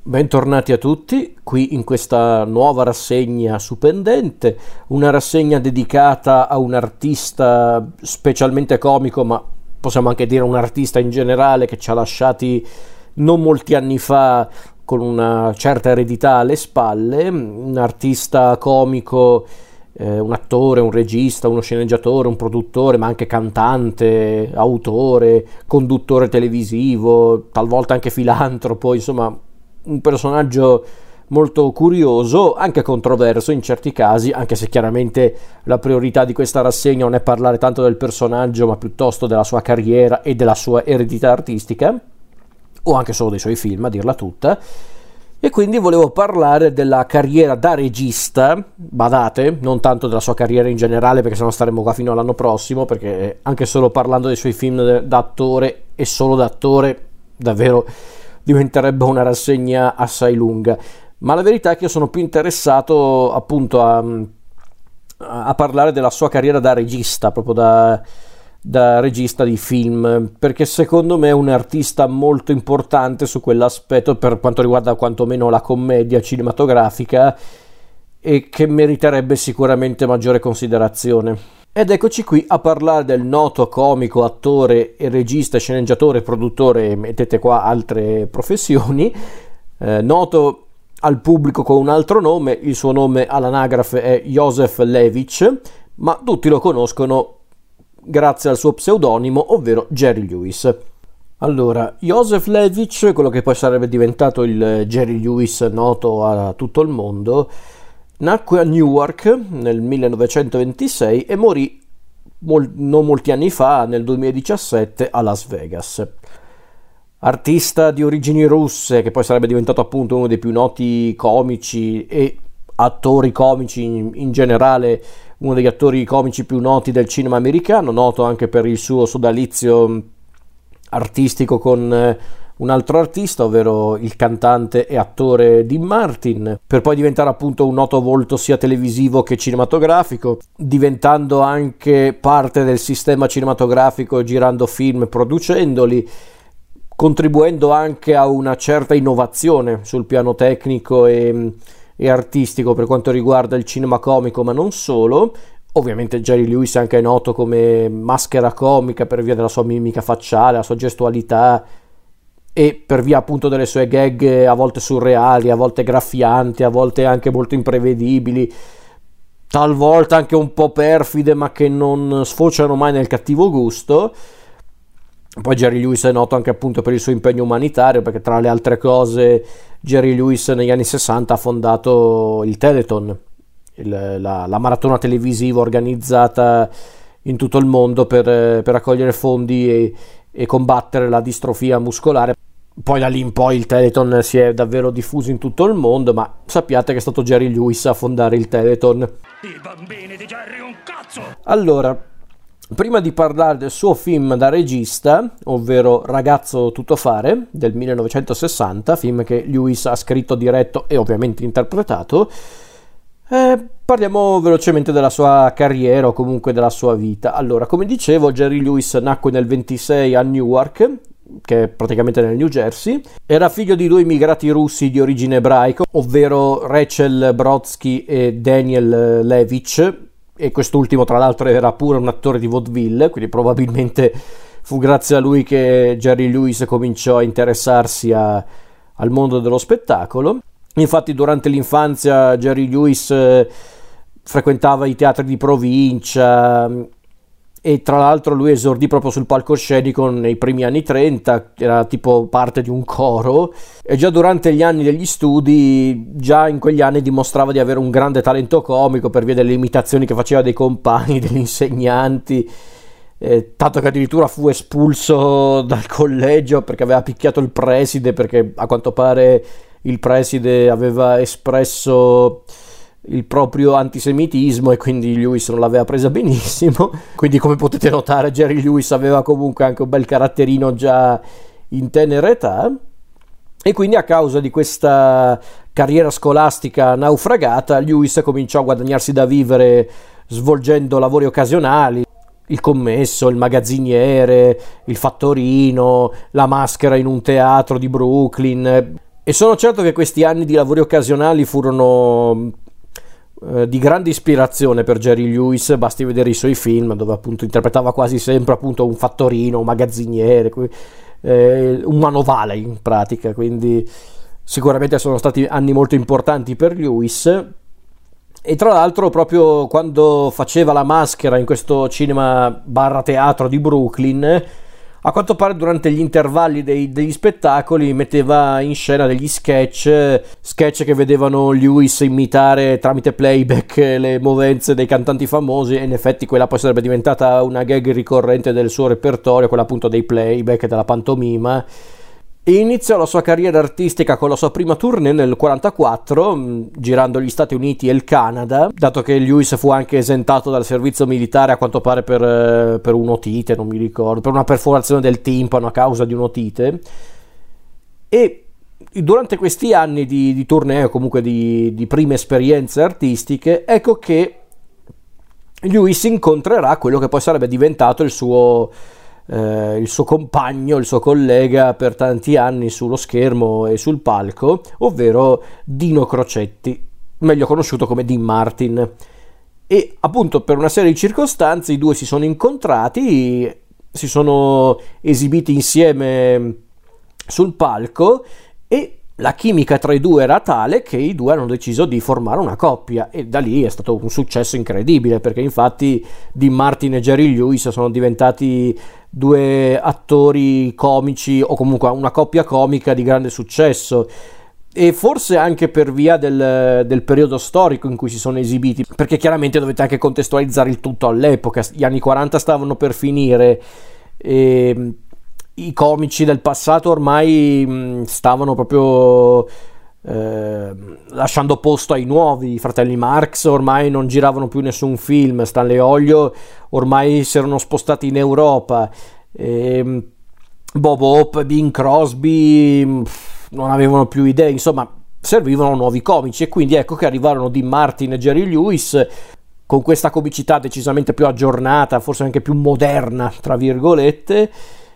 Bentornati a tutti, qui in questa nuova rassegna su Pendente, una rassegna dedicata a un artista specialmente comico, ma possiamo anche dire un artista in generale che ci ha lasciati non molti anni fa con una certa eredità alle spalle, un artista comico, un attore, un regista, uno sceneggiatore, un produttore, ma anche cantante, autore, conduttore televisivo, talvolta anche filantropo, insomma un personaggio molto curioso, anche controverso in certi casi, anche se chiaramente la priorità di questa rassegna non è parlare tanto del personaggio, ma piuttosto della sua carriera e della sua eredità artistica, o anche solo dei suoi film, a dirla tutta. E quindi volevo parlare della carriera da regista, badate, non tanto della sua carriera in generale, perché sennò staremo qua fino all'anno prossimo, perché anche solo parlando dei suoi film da attore e solo da attore, davvero diventerebbe una rassegna assai lunga. Ma la verità è che io sono più interessato appunto a parlare della sua carriera da regista, proprio da regista di film, perché secondo me è un artista molto importante su quell'aspetto per quanto riguarda quantomeno la commedia cinematografica e che meriterebbe sicuramente maggiore considerazione. Ed eccoci qui a parlare del noto comico, attore e regista, sceneggiatore, produttore, mettete qua altre professioni, noto al pubblico con un altro nome. Il suo nome all'anagrafe è Joseph Levitch, ma tutti lo conoscono grazie al suo pseudonimo, ovvero Jerry Lewis. Allora, Joseph Levitch, quello che poi sarebbe diventato il Jerry Lewis noto a tutto il mondo, nacque a Newark nel 1926 e morì non molti anni fa, nel 2017, a Las Vegas. Artista di origini russe, che poi sarebbe diventato appunto uno dei più noti comici e attori comici in generale, uno degli attori comici più noti del cinema americano, noto anche per il suo sodalizio artistico con un altro artista, ovvero il cantante e attore Dean Martin, per poi diventare appunto un noto volto sia televisivo che cinematografico, diventando anche parte del sistema cinematografico, girando film e producendoli, contribuendo anche a una certa innovazione sul piano tecnico e artistico per quanto riguarda il cinema comico, ma non solo. Ovviamente Jerry Lewis è anche noto come maschera comica per via della sua mimica facciale, la sua gestualità e per via appunto delle sue gag a volte surreali, a volte graffianti, a volte anche molto imprevedibili, talvolta anche un po' perfide, ma che non sfociano mai nel cattivo gusto. Poi Jerry Lewis è noto anche appunto per il suo impegno umanitario, perché tra le altre cose Jerry Lewis negli anni 60 ha fondato il Telethon, la maratona televisiva organizzata in tutto il mondo per raccogliere fondi e combattere la distrofia muscolare. Poi da lì in poi il Telethon si è davvero diffuso in tutto il mondo, ma sappiate che è stato Jerry Lewis a fondare il Telethon. I bambini di Jerry un cazzo! Allora, prima di parlare del suo film da regista, ovvero Ragazzo tuttofare, del 1960, film che Lewis ha scritto, diretto e ovviamente interpretato, parliamo velocemente della sua carriera o comunque della sua vita. Allora, come dicevo, Jerry Lewis nacque nel 26 a Newark, che è praticamente nel New Jersey. Era figlio di due immigrati russi di origine ebraica, ovvero Rachel Brodsky e Daniel Levitch, e quest'ultimo tra l'altro era pure un attore di vaudeville, quindi probabilmente fu grazie a lui che Jerry Lewis cominciò a interessarsi al mondo dello spettacolo. Infatti durante l'infanzia Jerry Lewis frequentava i teatri di provincia e tra l'altro lui esordì proprio sul palcoscenico nei primi anni 30, era tipo parte di un coro, e già durante gli anni degli studi, già in quegli anni dimostrava di avere un grande talento comico per via delle imitazioni che faceva dei compagni, degli insegnanti, tanto che addirittura fu espulso dal collegio perché aveva picchiato il preside, perché a quanto pare il preside aveva espresso il proprio antisemitismo e quindi Lewis non l'aveva presa benissimo. Quindi, come potete notare, Jerry Lewis aveva comunque anche un bel caratterino già in tenera età, e quindi a causa di questa carriera scolastica naufragata Lewis cominciò a guadagnarsi da vivere svolgendo lavori occasionali, il commesso, il magazziniere, il fattorino, la maschera in un teatro di Brooklyn. E sono certo che questi anni di lavori occasionali furono di grande ispirazione per Jerry Lewis, basti vedere i suoi film dove appunto interpretava quasi sempre appunto un fattorino, un magazziniere, un manovale in pratica, quindi sicuramente sono stati anni molto importanti per Lewis. E tra l'altro proprio quando faceva La Maschera in questo cinema barra teatro di Brooklyn, a quanto pare durante gli intervalli degli spettacoli metteva in scena degli sketch che vedevano Lewis imitare tramite playback le movenze dei cantanti famosi, e in effetti quella poi sarebbe diventata una gag ricorrente del suo repertorio, quella appunto dei playback, della pantomima. E iniziò la sua carriera artistica con la sua prima tournée nel 1944, girando gli Stati Uniti e il Canada, dato che Lewis fu anche esentato dal servizio militare a quanto pare per un'otite, non mi ricordo, per una perforazione del timpano a causa di un'otite. E durante questi anni di tournée, o comunque di prime esperienze artistiche, ecco che Lewis incontrerà quello che poi sarebbe diventato il suo compagno, il suo collega per tanti anni sullo schermo e sul palco, ovvero Dino Crocetti, meglio conosciuto come Dean Martin. E appunto per una serie di circostanze i due si sono incontrati, si sono esibiti insieme sul palco, e la chimica tra i due era tale che i due hanno deciso di formare una coppia, e da lì è stato un successo incredibile, perché infatti Dean Martin e Jerry Lewis sono diventati due attori comici, o comunque una coppia comica di grande successo, e forse anche per via del periodo storico in cui si sono esibiti, perché chiaramente dovete anche contestualizzare il tutto all'epoca. Gli anni 40 stavano per finire e i comici del passato ormai stavano proprio lasciando posto ai nuovi. I fratelli Marx ormai non giravano più nessun film, Stanley Olio ormai si erano spostati in Europa, Bob Hope, Bing Crosby non avevano più idee, insomma servivano nuovi comici, e quindi ecco che arrivarono Dean Martin e Jerry Lewis con questa comicità decisamente più aggiornata, forse anche più moderna tra virgolette,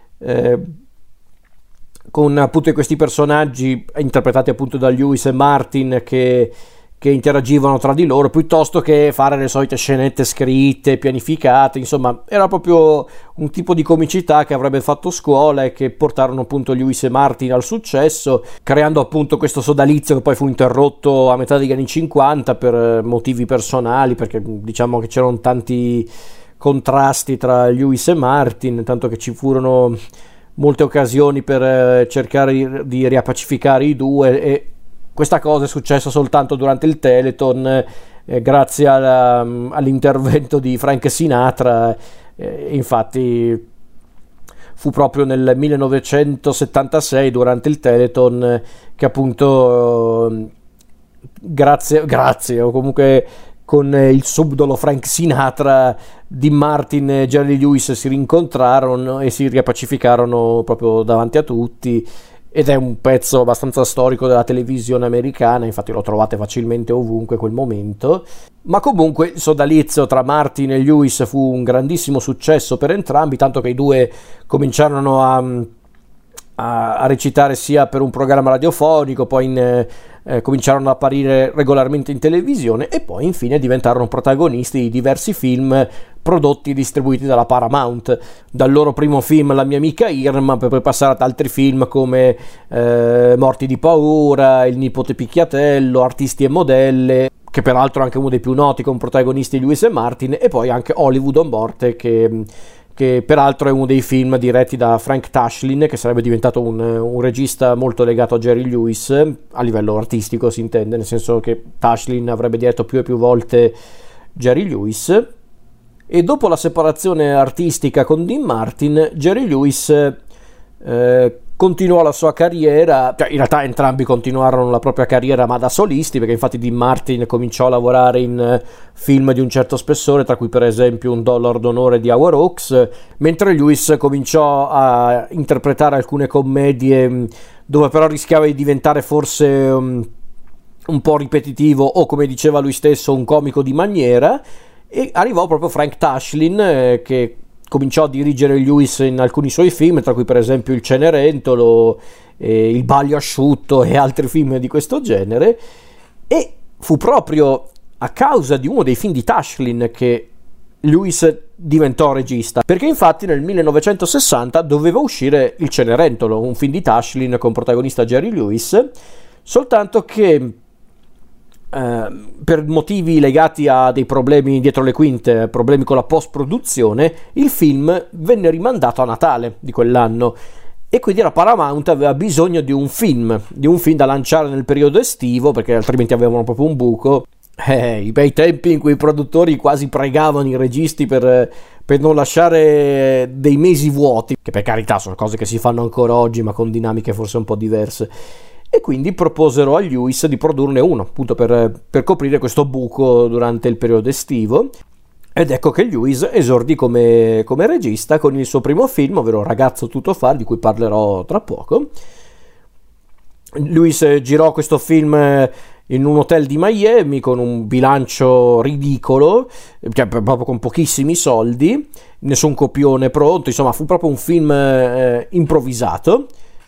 con appunto questi personaggi interpretati appunto da Lewis e Martin che interagivano tra di loro, piuttosto che fare le solite scenette scritte, pianificate. Insomma, era proprio un tipo di comicità che avrebbe fatto scuola e che portarono appunto Lewis e Martin al successo, creando appunto questo sodalizio che poi fu interrotto a metà degli anni 50 per motivi personali, perché diciamo che c'erano tanti contrasti tra Lewis e Martin, tanto che ci furono molte occasioni per cercare di riappacificare i due, e questa cosa è successa soltanto durante il Telethon, grazie all'intervento di Frank Sinatra. Infatti fu proprio nel 1976 durante il Telethon che appunto grazie o comunque con il subdolo Frank Sinatra, Dean Martin e Jerry Lewis si rincontrarono e si riappacificarono proprio davanti a tutti, ed è un pezzo abbastanza storico della televisione americana, infatti lo trovate facilmente ovunque quel momento. Ma comunque il sodalizio tra Martin e Lewis fu un grandissimo successo per entrambi, tanto che i due cominciarono a recitare sia per un programma radiofonico, poi cominciarono ad apparire regolarmente in televisione, e poi infine diventarono protagonisti di diversi film prodotti e distribuiti dalla Paramount, dal loro primo film La mia amica Irma, per poi passare ad altri film come Morti di paura, Il nipote picchiatello, Artisti e modelle, che peraltro è anche uno dei più noti, con protagonisti Lewis e Martin, e poi anche Hollywood on Morte, che peraltro è uno dei film diretti da Frank Tashlin, che sarebbe diventato un regista molto legato a Jerry Lewis, a livello artistico si intende, nel senso che Tashlin avrebbe diretto più e più volte Jerry Lewis. E dopo la separazione artistica con Dean Martin, Jerry Lewis continuò la sua carriera, cioè in realtà entrambi continuarono la propria carriera ma da solisti, perché infatti Dean Martin cominciò a lavorare in film di un certo spessore, tra cui per esempio Un dollaro d'onore di Howard Hawks, mentre Lewis cominciò a interpretare alcune commedie dove però rischiava di diventare forse un po' ripetitivo, o come diceva lui stesso un comico di maniera, e arrivò proprio Frank Tashlin che cominciò a dirigere Lewis in alcuni suoi film, tra cui per esempio Il Cenerentolo, Il Baglio Asciutto e altri film di questo genere, e fu proprio a causa di uno dei film di Tashlin che Lewis diventò regista, perché infatti nel 1960 doveva uscire Il Cenerentolo, un film di Tashlin con protagonista Jerry Lewis, soltanto che per motivi legati a dei problemi dietro le quinte, problemi con la post-produzione, il film venne rimandato a Natale di quell'anno, e quindi la Paramount aveva bisogno di un film da lanciare nel periodo estivo, perché altrimenti avevano proprio un buco. I bei tempi in cui i produttori quasi pregavano i registi per non lasciare dei mesi vuoti, che per carità sono cose che si fanno ancora oggi, ma con dinamiche forse un po' diverse. E quindi proposero a Lewis di produrne uno, appunto per coprire questo buco durante il periodo estivo. Ed ecco che Lewis esordì come regista con il suo primo film, ovvero Ragazzo tutto fare, di cui parlerò tra poco. Lewis girò questo film in un hotel di Miami con un bilancio ridicolo, cioè proprio con pochissimi soldi, nessun copione pronto, insomma fu proprio un film improvvisato.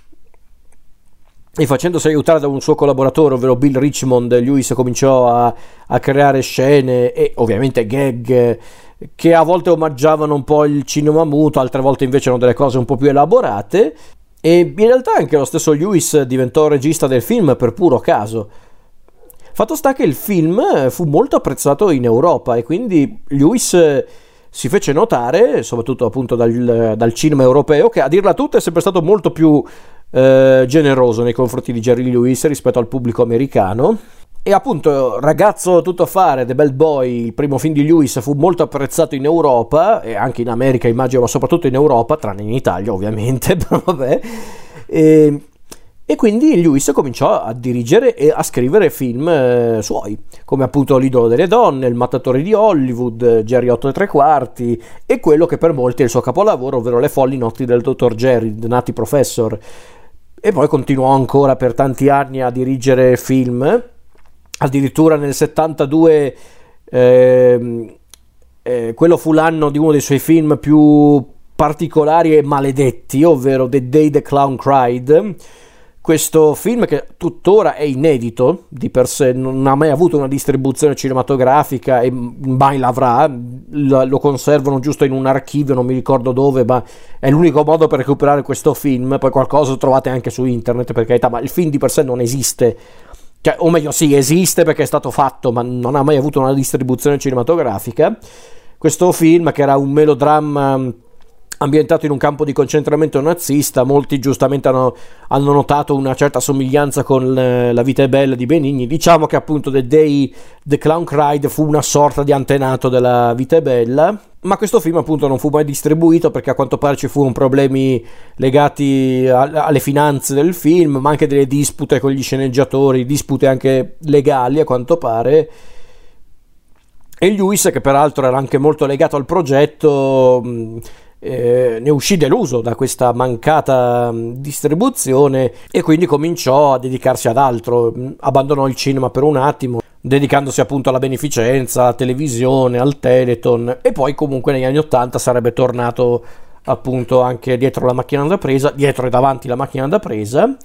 E facendosi aiutare da un suo collaboratore, ovvero Bill Richmond, Lewis cominciò a creare scene e ovviamente gag che a volte omaggiavano un po' il cinema muto, altre volte invece erano delle cose un po' più elaborate, e in realtà anche lo stesso Lewis diventò regista del film per puro caso. Fatto sta che il film fu molto apprezzato in Europa e quindi Lewis si fece notare, soprattutto appunto dal cinema europeo, che a dirla tutta è sempre stato molto più generoso nei confronti di Jerry Lewis rispetto al pubblico americano. E appunto Ragazzo tutto fare, The Bad Boy, il primo film di Lewis, fu molto apprezzato in Europa e anche in America immagino, ma soprattutto in Europa, tranne in Italia ovviamente, però vabbè. E quindi Lewis cominciò a dirigere e a scrivere film suoi, come appunto L'idolo delle donne, Il mattatore di Hollywood, Jerry 8 e 3/4 e quello che per molti è il suo capolavoro, ovvero Le folli notti del dottor Jerry, The Nutty Professor. E poi continuò ancora per tanti anni a dirigere film, addirittura nel 72 quello fu l'anno di uno dei suoi film più particolari e maledetti, ovvero The Day the Clown Cried. Questo film, che tuttora è inedito di per sé, non ha mai avuto una distribuzione cinematografica e mai l'avrà, lo conservano giusto in un archivio, non mi ricordo dove, ma è l'unico modo per recuperare questo film. Poi qualcosa lo trovate anche su internet, per carità, ma il film di per sé non esiste, cioè, o meglio sì, esiste perché è stato fatto, ma non ha mai avuto una distribuzione cinematografica. Questo film, che era un melodramma ambientato in un campo di concentramento nazista, molti giustamente hanno notato una certa somiglianza con La vita è bella di Benigni. Diciamo che appunto The Day the Clown Cried fu una sorta di antenato della Vita è bella, ma questo film appunto non fu mai distribuito perché a quanto pare ci furono problemi legati alle finanze del film, ma anche delle dispute con gli sceneggiatori, dispute anche legali a quanto pare. E Lewis, che peraltro era anche molto legato al progetto, ne uscì deluso da questa mancata distribuzione e quindi cominciò a dedicarsi ad altro. Abbandonò il cinema per un attimo, dedicandosi appunto alla beneficenza, alla televisione, al Teleton, e poi comunque negli anni '80 sarebbe tornato appunto anche dietro la macchina da presa, dietro e davanti la macchina da presa.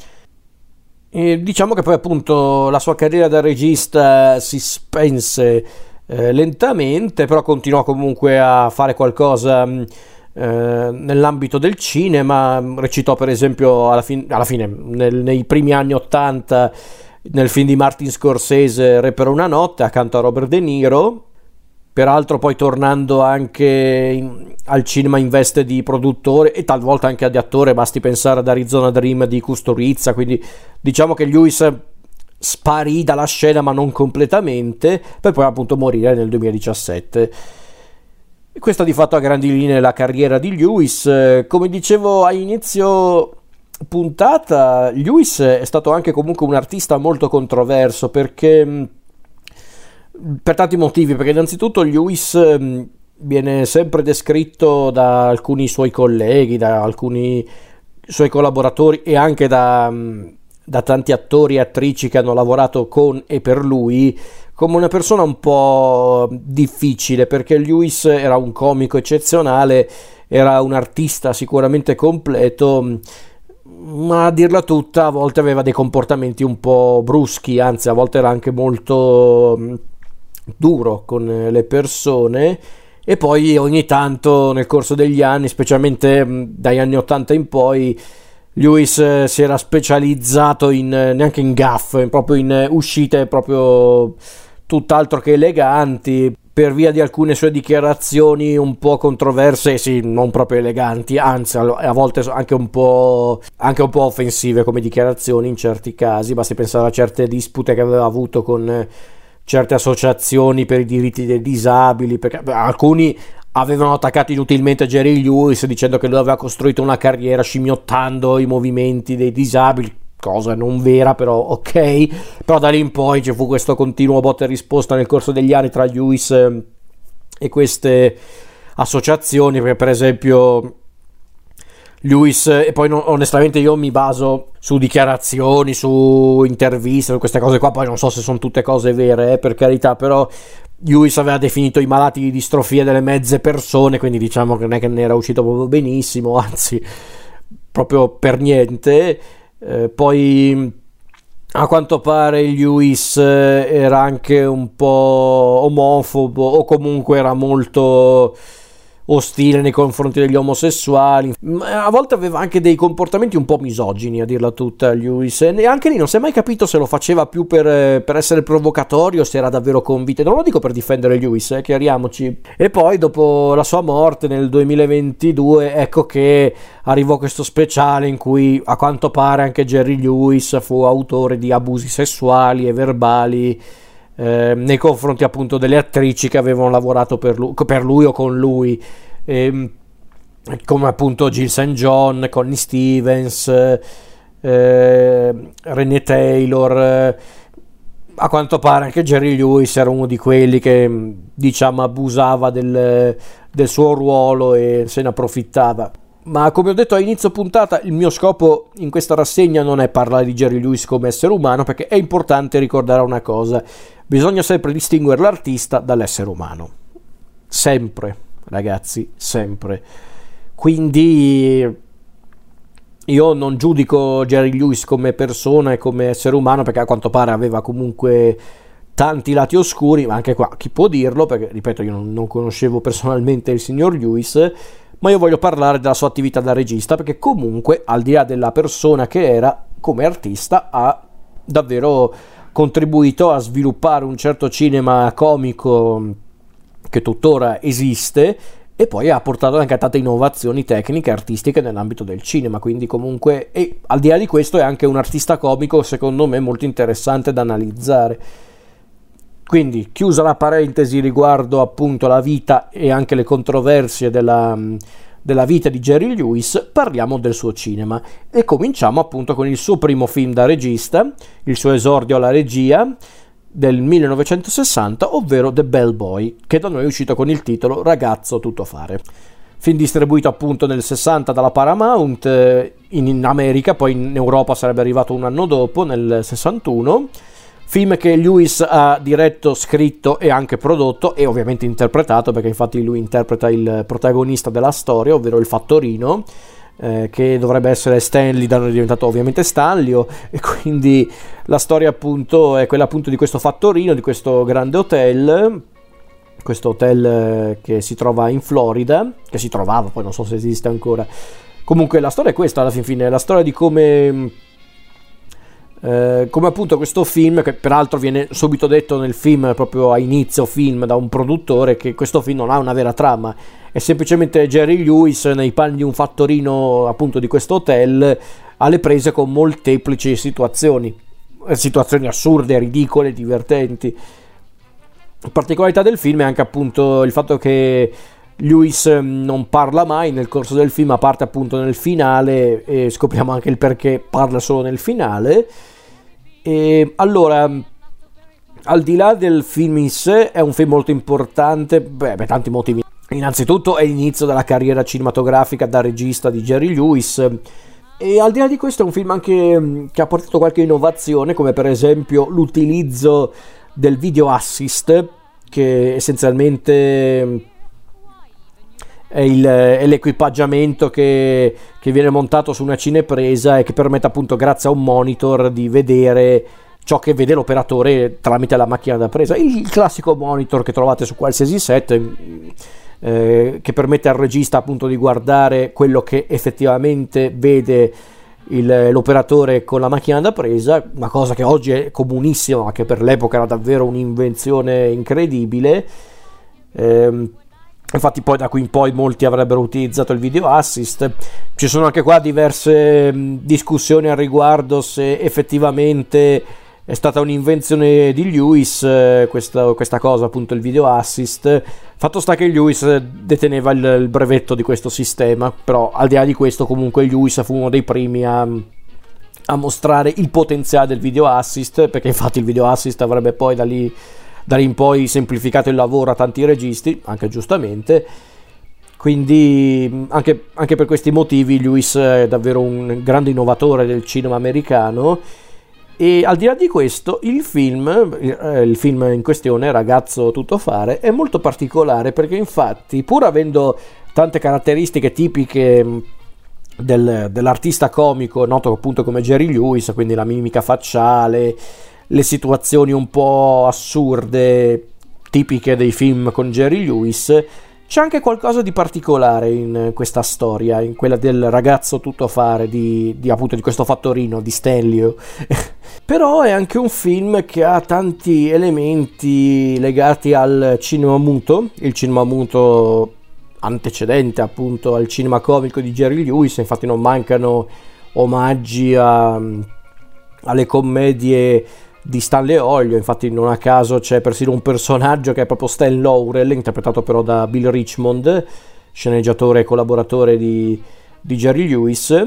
E diciamo che poi appunto la sua carriera da regista si spense lentamente, però continuò comunque a fare qualcosa nell'ambito del cinema. Recitò per esempio alla fine nei primi anni '80 nel film di Martin Scorsese Re per una notte accanto a Robert De Niro, peraltro poi tornando anche al cinema in veste di produttore e talvolta anche di attore, basti pensare ad Arizona Dream di Kusturica. Quindi diciamo che Lewis sparì dalla scena ma non completamente, per poi appunto morire nel 2017. Questa di fatto a grandi linee la carriera di Lewis. Come dicevo a inizio puntata, Lewis è stato anche comunque un artista molto controverso perché per tanti motivi, perché innanzitutto Lewis viene sempre descritto da alcuni suoi colleghi, da alcuni suoi collaboratori e anche da tanti attori e attrici che hanno lavorato con e per lui come una persona un po' difficile, perché Lewis era un comico eccezionale era un artista sicuramente completo, ma a dirla tutta a volte aveva dei comportamenti un po' bruschi, anzi a volte era anche molto duro con le persone. E poi ogni tanto nel corso degli anni, specialmente dagli anni 80 in poi, Lewis si era specializzato neanche in gaffe, proprio in uscite proprio tutt'altro che eleganti, per via di alcune sue dichiarazioni un po' controverse, sì, non proprio eleganti, anzi a volte anche un po' offensive come dichiarazioni in certi casi. Basti pensare a certe dispute che aveva avuto con certe associazioni per i diritti dei disabili, perché alcuni avevano attaccato inutilmente Jerry Lewis dicendo che lui aveva costruito una carriera scimmiottando i movimenti dei disabili, cosa non vera, però ok. Però da lì in poi ci fu questo continuo botta e risposta nel corso degli anni tra Lewis e queste associazioni, perché per esempio Lewis, e poi onestamente io mi baso su dichiarazioni, su interviste, su queste cose qua, poi non so se sono tutte cose vere, per carità, però Lewis aveva definito i malati di distrofia delle mezze persone, quindi diciamo che non è che ne era uscito proprio benissimo, anzi proprio per niente. Poi a quanto pare Lewis era anche un po' omofobo, o comunque era molto ostile nei confronti degli omosessuali. A volte aveva anche dei comportamenti un po' misogini, a dirla tutta, Lewis, e anche lì non si è mai capito se lo faceva più per essere provocatorio o se era davvero convinto. Non lo dico per difendere Lewis, chiariamoci. E poi dopo la sua morte nel 2022, ecco che arrivò questo speciale in cui a quanto pare anche Jerry Lewis fu autore di abusi sessuali e verbali nei confronti appunto delle attrici che avevano lavorato per lui o con lui, come appunto Jill St. John, Connie Stevens, Renée Taylor. A quanto pare anche Jerry Lewis era uno di quelli che diciamo abusava del suo ruolo e se ne approfittava. Ma come ho detto a inizio puntata, il mio scopo in questa rassegna non è parlare di Jerry Lewis come essere umano, perché è importante ricordare una cosa: bisogna sempre distinguere l'artista dall'essere umano, sempre, ragazzi, sempre. Quindi io non giudico Jerry Lewis come persona e come essere umano, perché a quanto pare aveva comunque tanti lati oscuri, ma anche qua chi può dirlo, perché ripeto io non conoscevo personalmente il signor Lewis, ma io voglio parlare della sua attività da regista, perché comunque al di là della persona che era, come artista ha davvero contribuito a sviluppare un certo cinema comico che tuttora esiste, e poi ha portato anche a tante innovazioni tecniche e artistiche nell'ambito del cinema. Quindi comunque, e al di là di questo, è anche un artista comico secondo me molto interessante da analizzare. Quindi, chiusa la parentesi riguardo appunto la vita e anche le controversie della vita di Jerry Lewis, parliamo del suo cinema e cominciamo appunto con il suo primo film da regista, il suo esordio alla regia del 1960, ovvero The Bellboy, che da noi è uscito con il titolo Ragazzo tuttofare. Film distribuito appunto nel 60 dalla Paramount in America, poi in Europa sarebbe arrivato un anno dopo, nel 61. Film che Lewis ha diretto, scritto e anche prodotto e ovviamente interpretato, perché infatti lui interpreta il protagonista della storia, ovvero il fattorino, che dovrebbe essere Stanley, da noi è diventato ovviamente Stanlio, e quindi la storia appunto è quella appunto di questo fattorino, di questo grande hotel, questo hotel che si trova in Florida, che si trovava, poi non so se esiste ancora. Comunque la storia è questa alla fin fine, è la storia di come appunto questo film, che peraltro viene subito detto nel film, proprio a inizio film, da un produttore, che questo film non ha una vera trama, è semplicemente Jerry Lewis nei panni di un fattorino appunto di questo hotel, alle prese con molteplici situazioni assurde, ridicole, divertenti. La particolarità del film è anche appunto il fatto che Lewis non parla mai nel corso del film, a parte appunto nel finale, e scopriamo anche il perché parla solo nel finale. E allora, al di là del film in sé, è un film molto importante per tanti motivi. Innanzitutto è l'inizio della carriera cinematografica da regista di Jerry Lewis, e al di là di questo è un film anche che ha portato qualche innovazione, come per esempio l'utilizzo del video assist, che essenzialmente è l'equipaggiamento che viene montato su una cinepresa e che permette appunto, grazie a un monitor, di vedere ciò che vede l'operatore tramite la macchina da presa, il classico monitor che trovate su qualsiasi set, che permette al regista appunto di guardare quello che effettivamente vede l'operatore con la macchina da presa, una cosa che oggi è comunissima ma che per l'epoca era davvero un'invenzione incredibile. Infatti poi da qui in poi molti avrebbero utilizzato il video assist. Ci sono anche qua diverse discussioni al riguardo se effettivamente è stata un'invenzione di Lewis, questa cosa appunto, il video assist. Fatto sta che Lewis deteneva il brevetto di questo sistema, però al di là di questo comunque Lewis fu uno dei primi a mostrare il potenziale del video assist, perché infatti il video assist avrebbe poi da lì in poi semplificato il lavoro a tanti registi, anche giustamente. Quindi anche per questi motivi Lewis è davvero un grande innovatore del cinema americano. E al di là di questo, il film in questione, Ragazzo Tuttofare, è molto particolare perché infatti, pur avendo tante caratteristiche tipiche dell'artista comico noto appunto come Jerry Lewis, quindi la mimica facciale, le situazioni un po' assurde tipiche dei film con Jerry Lewis, c'è anche qualcosa di particolare in questa storia, in quella del Ragazzo Tuttofare di appunto di questo fattorino di Stanlio. Però è anche un film che ha tanti elementi legati al cinema muto, il cinema muto antecedente appunto al cinema comico di Jerry Lewis. Infatti non mancano omaggi alle commedie di Stanley Olio, infatti non a caso c'è persino un personaggio che è proprio Stan Laurel, interpretato però da Bill Richmond, sceneggiatore e collaboratore di Jerry Lewis.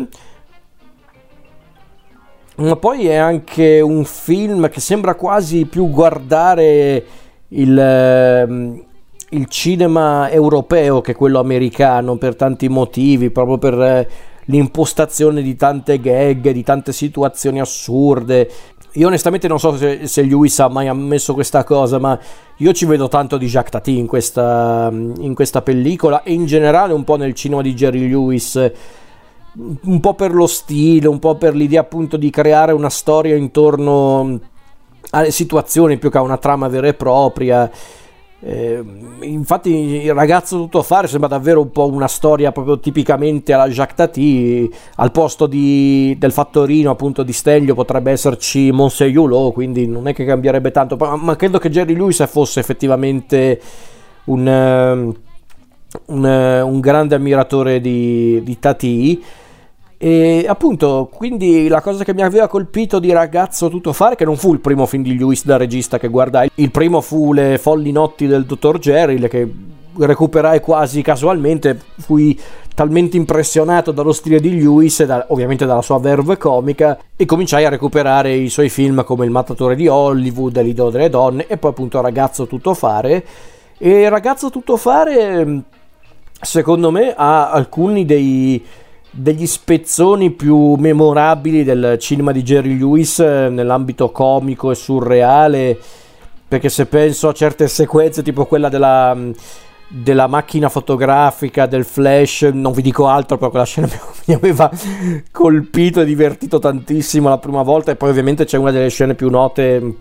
Ma poi è anche un film che sembra quasi più guardare il cinema europeo che quello americano, per tanti motivi, proprio per l'impostazione di tante gag, di tante situazioni assurde. Io onestamente non so se Lewis ha mai ammesso questa cosa, ma io ci vedo tanto di Jacques Tati in questa pellicola, e in generale un po' nel cinema di Jerry Lewis, un po' per lo stile, un po' per l'idea appunto di creare una storia intorno alle situazioni più che a una trama vera e propria. Infatti il Ragazzo Tuttofare sembra davvero un po' una storia proprio tipicamente alla Jacques Tati. Al posto del fattorino appunto di Stanlio potrebbe esserci Monsieur Hulot, quindi non è che cambierebbe tanto, ma credo che Jerry Lewis fosse effettivamente un grande ammiratore di Tati. E appunto, quindi la cosa che mi aveva colpito di Ragazzo Tuttofare, che non fu il primo film di Lewis da regista che guardai, il primo fu Le folli notti del dottor Jekyll, che recuperai quasi casualmente. Fui talmente impressionato dallo stile di Lewis e ovviamente dalla sua verve comica, e cominciai a recuperare i suoi film come Il mattatore di Hollywood, L'idolo delle donne, e poi appunto Ragazzo Tuttofare. E Ragazzo Tuttofare secondo me ha alcuni degli spezzoni più memorabili del cinema di Jerry Lewis nell'ambito comico e surreale, perché se penso a certe sequenze tipo quella della macchina fotografica, del flash, non vi dico altro, però quella scena mi aveva colpito e divertito tantissimo la prima volta. E poi ovviamente c'è una delle scene più note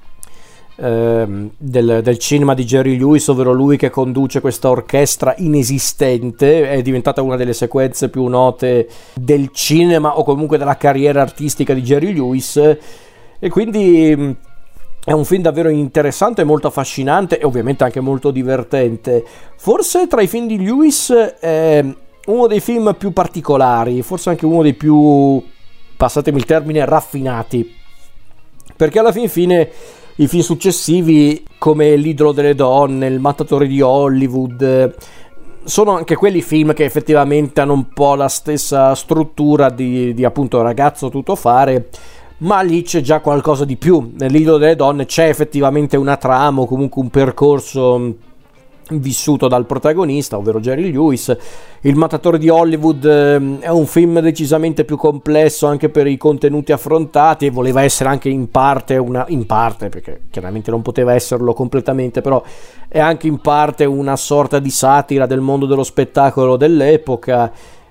del cinema di Jerry Lewis, ovvero lui che conduce questa orchestra inesistente. È diventata una delle sequenze più note del cinema o comunque della carriera artistica di Jerry Lewis, e quindi è un film davvero interessante, molto affascinante e ovviamente anche molto divertente. Forse tra i film di Lewis è uno dei film più particolari, forse anche uno dei più, passatemi il termine, raffinati, perché alla fine i film successivi come L'idolo delle donne, Il mattatore di Hollywood, sono anche quelli film che effettivamente hanno un po' la stessa struttura di appunto Ragazzo Tuttofare, ma lì c'è già qualcosa di più. Nell'idolo delle donne c'è effettivamente una trama o comunque un percorso vissuto dal protagonista, ovvero Jerry Lewis. Il Mattatore di Hollywood è un film decisamente più complesso anche per i contenuti affrontati, e voleva essere anche in parte, perché chiaramente non poteva esserlo completamente, però è anche in parte una sorta di satira del mondo dello spettacolo dell'epoca.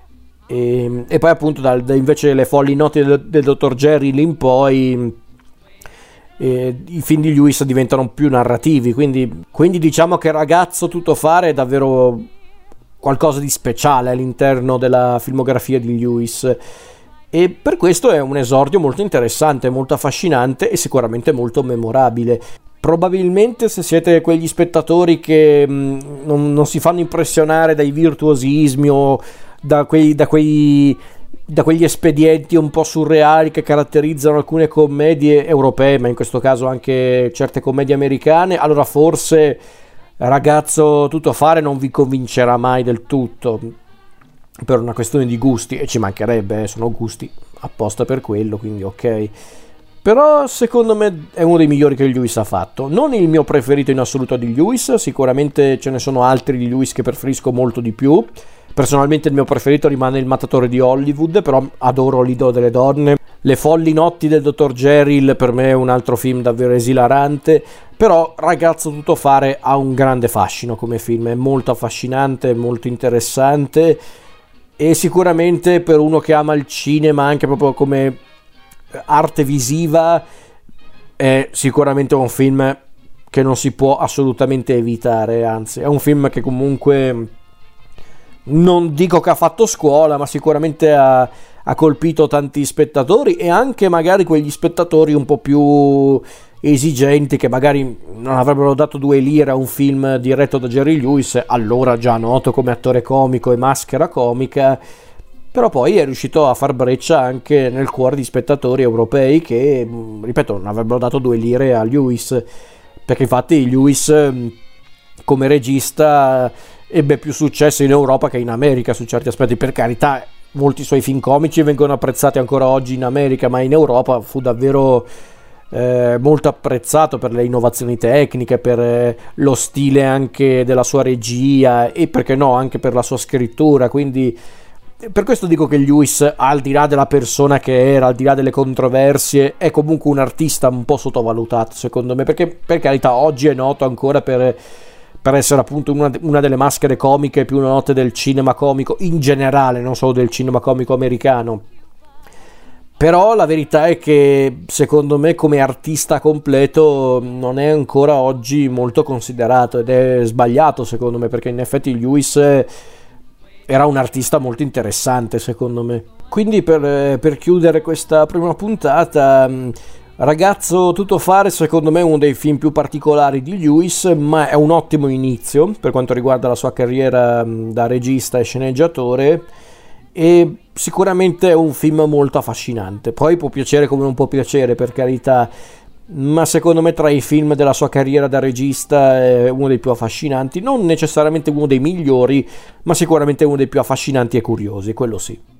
E poi appunto invece Le folli notti del dottor Jerry lì in poi i film di Lewis diventano più narrativi, quindi diciamo che Ragazzo Tuttofare è davvero qualcosa di speciale all'interno della filmografia di Lewis, e per questo è un esordio molto interessante, molto affascinante e sicuramente molto memorabile. Probabilmente, se siete quegli spettatori che non si fanno impressionare dai virtuosismi o da quegli espedienti un po' surreali che caratterizzano alcune commedie europee, ma in questo caso anche certe commedie americane, allora forse Ragazzo Tuttofare non vi convincerà mai del tutto, per una questione di gusti, e ci mancherebbe, sono gusti apposta per quello, quindi ok. Però secondo me è uno dei migliori che Lewis ha fatto. Non il mio preferito in assoluto di Lewis, sicuramente ce ne sono altri di Lewis che preferisco molto di più. Personalmente il mio preferito rimane Il Mattatore di Hollywood, però adoro L'idolo delle donne. Le folli notti del dottor Jerry per me è un altro film davvero esilarante, però Ragazzo Tuttofare ha un grande fascino come film, è molto affascinante, molto interessante, e sicuramente per uno che ama il cinema anche proprio come arte visiva è sicuramente un film che non si può assolutamente evitare, anzi è un film che comunque non dico che ha fatto scuola, ma sicuramente ha colpito tanti spettatori, e anche magari quegli spettatori un po' più esigenti che magari non avrebbero dato 2 lire a un film diretto da Jerry Lewis, allora già noto come attore comico e maschera comica, però poi è riuscito a far breccia anche nel cuore di spettatori europei che, ripeto, non avrebbero dato 2 lire a Lewis, perché infatti Lewis come regista ebbe più successo in Europa che in America su certi aspetti. Per carità, molti suoi film comici vengono apprezzati ancora oggi in America, ma in Europa fu davvero molto apprezzato per le innovazioni tecniche, per lo stile anche della sua regia e, perché no, anche per la sua scrittura. Quindi per questo dico che Lewis, al di là della persona che era, al di là delle controversie, è comunque un artista un po' sottovalutato secondo me, perché per carità oggi è noto ancora per essere appunto una delle maschere comiche più note del cinema comico in generale, non solo del cinema comico americano. Però la verità è che secondo me come artista completo non è ancora oggi molto considerato, ed è sbagliato secondo me, perché in effetti Lewis era un artista molto interessante secondo me. Quindi per chiudere questa prima puntata, Ragazzo Tuttofare secondo me è uno dei film più particolari di Lewis, ma è un ottimo inizio per quanto riguarda la sua carriera da regista e sceneggiatore, e sicuramente è un film molto affascinante. Poi può piacere come non può piacere, per carità, ma secondo me tra i film della sua carriera da regista è uno dei più affascinanti, non necessariamente uno dei migliori, ma sicuramente uno dei più affascinanti e curiosi, quello sì.